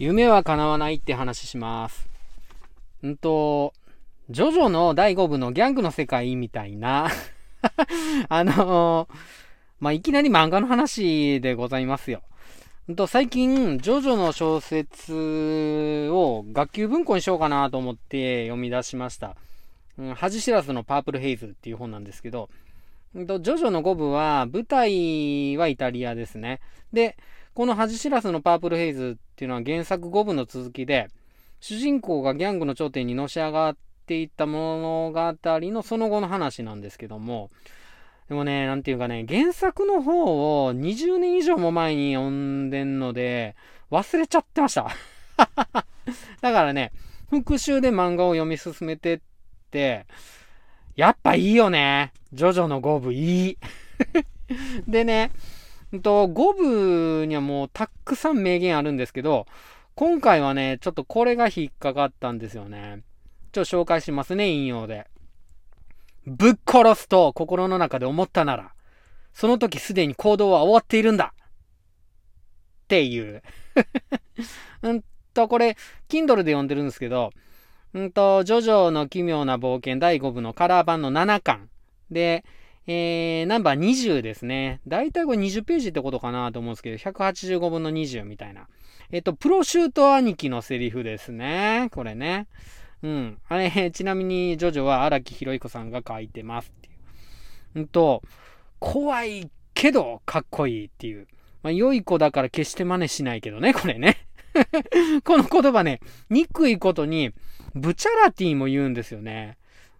夢は叶わないって話します。ジョジョの第5部のギャングの世界みたいないきなり漫画の話でございますよ。最近、ジョジョの小説を学級文庫にしようかなと思って読み出しました。恥知らずのパープルヘイズっていう本なんですけど、ジョジョの5部は、舞台はイタリアですね。で、この恥知らずのパープルヘイズっていうのは原作5部の続きで、主人公がギャングの頂点にのし上がっていった物語のその後の話なんですけども、でもね、なんていうかね、原作の方を20年以上も前に読んでんので、忘れちゃってました。だからね、復習で漫画を読み進めてって、やっぱいいよね。ジョジョの5部いい。でね、5部にはもうたくさん名言あるんですけど、今回はね、ちょっとこれが引っかかったんですよね。紹介しますね、引用で。ぶっ殺すと心の中で思ったなら、その時すでに行動は終わっているんだっていう。これ、Kindle で読んでるんですけど、ジョジョの奇妙な冒険第5部のカラー版の7巻。で、ナンバー20ですね。だいたいこれ20ページってことかなと思うんですけど、185分の20みたいな。プロシュート兄貴のセリフですね。これね。あれ、ちなみにジョジョは荒木博彦さんが書いてますっていう。怖いけどかっこいいっていう。良い子だから決して真似しないけどね、これね。この言葉ね、憎いことに、ブチャラティも言うんですよね。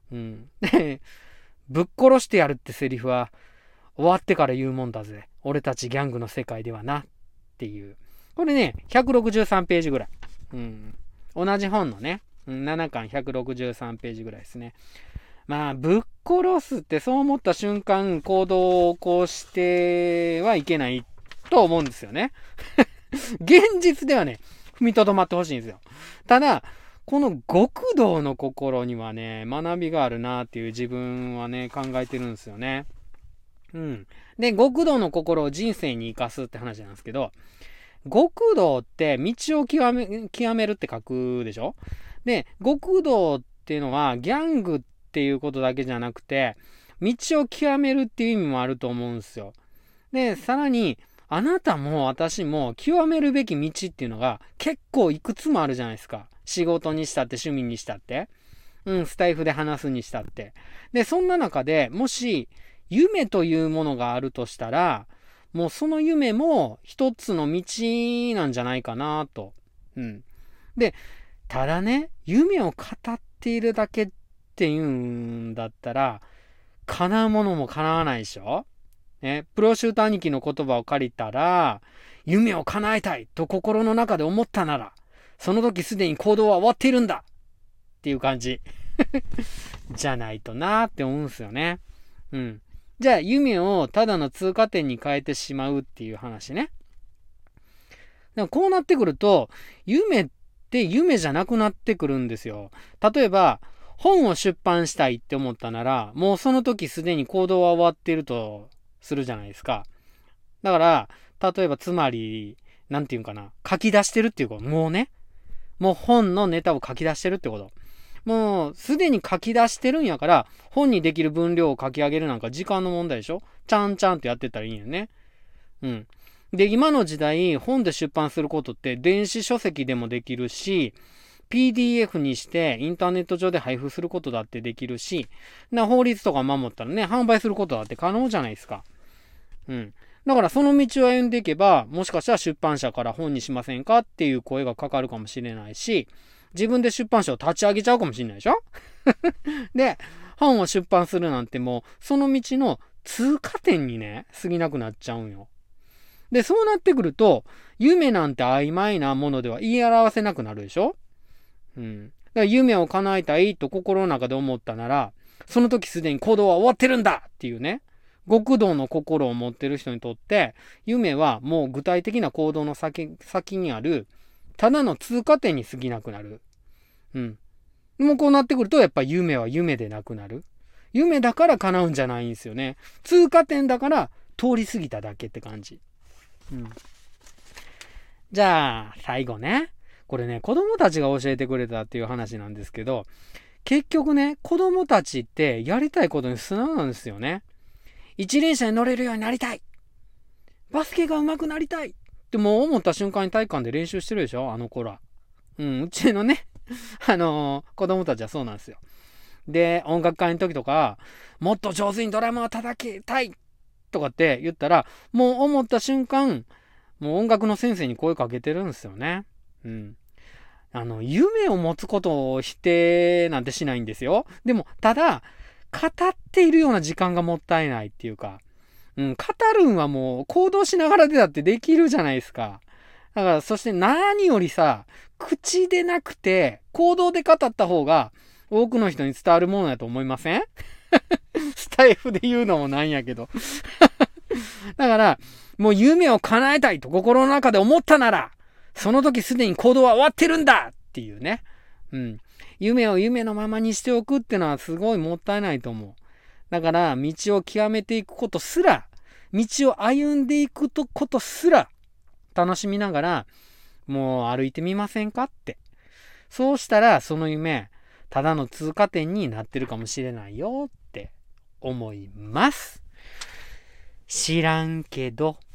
ぶっ殺してやるってセリフは、終わってから言うもんだぜ。俺たちギャングの世界ではな。っていう。これね、163ページぐらい。同じ本のね、7巻163ページぐらいですね。ぶっ殺すってそう思った瞬間、行動を起こしてはいけないと思うんですよね。現実ではね、踏みとどまってほしいんですよ。ただ、この極道の心にはね、学びがあるなっていう自分はね、考えてるんですよね。で、極道の心を人生に生かすって話なんですけど、極道って道を極めるって書くでしょ？で、極道っていうのはギャングっていうことだけじゃなくて、道を極めるっていう意味もあると思うんですよ。で、さらに、あなたも私も極めるべき道っていうのが結構いくつもあるじゃないですか。仕事にしたって趣味にしたって。スタイフで話すにしたって。で、そんな中でもし夢というものがあるとしたら、もうその夢も一つの道なんじゃないかなと。で、ただね、夢を語っているだけっていうんだったら、叶うものも叶わないでしょ？ね、プロシュート兄貴の言葉を借りたら、夢を叶えたいと心の中で思ったなら、その時すでに行動は終わっているんだっていう感じ。じゃないとなーって思うんですよね。じゃあ、夢をただの通過点に変えてしまうっていう話ね。でもこうなってくると、夢って夢じゃなくなってくるんですよ。例えば、本を出版したいって思ったなら、もうその時すでに行動は終わっているとするじゃないですか。だから、例えばつまり、なんていうんかな、書き出してるっていうこと。もうね、もう本のネタを書き出してるってこと。もうすでに書き出してるんやから、本にできる分量を書き上げるなんか時間の問題でしょ？ちゃんちゃんとやってったらいいんよね。で、今の時代、本で出版することって電子書籍でもできるし、PDF にしてインターネット上で配布することだってできるし、法律とか守ったらね、販売することだって可能じゃないですか。だからその道を歩んでいけば、もしかしたら出版社から本にしませんかっていう声がかかるかもしれないし、自分で出版社を立ち上げちゃうかもしれないでしょ？で、本を出版するなんてもう、その道の通過点にね、過ぎなくなっちゃうんよ。で、そうなってくると、夢なんて曖昧なものでは言い表せなくなるでしょ？だから夢を叶えたいと心の中で思ったなら、その時すでに行動は終わってるんだっていうね、極道の心を持ってる人にとって、夢はもう具体的な行動の先にある、ただの通過点に過ぎなくなる。もうこうなってくると、やっぱ夢は夢でなくなる。夢だから叶うんじゃないんですよね。通過点だから通り過ぎただけって感じ。じゃあ、最後ね。 これね、子供たちが教えてくれたっていう話なんですけど、結局ね、子供たちってやりたいことに素直なんですよね。一輪車に乗れるようになりたい。バスケが上手くなりたい。ってもう思った瞬間に体育館で練習してるでしょ、あの子ら。うちのね、子供たちはそうなんですよ。で、音楽会の時とか、もっと上手にドラムを叩きたいとかって言ったら、もう思った瞬間、もう音楽の先生に声かけてるんですよね。夢を持つことを否定なんてしないんですよ。でも、ただ、語っているような時間がもったいないっていうか、語るんはもう行動しながらでだってできるじゃないですか。だから、そして何よりさ、口でなくて行動で語った方が多くの人に伝わるものだと思いません？スタイフで言うのもなんやけど。だから、もう夢を叶えたいと心の中で思ったなら、その時すでに行動は終わってるんだっていうね。夢を夢のままにしておくってのはすごいもったいないと思う。だから、道を極めていくことすら、道を歩んでいくことすら、楽しみながら、もう歩いてみませんかって。そうしたら、その夢、ただの通過点になってるかもしれないよって思います。知らんけど。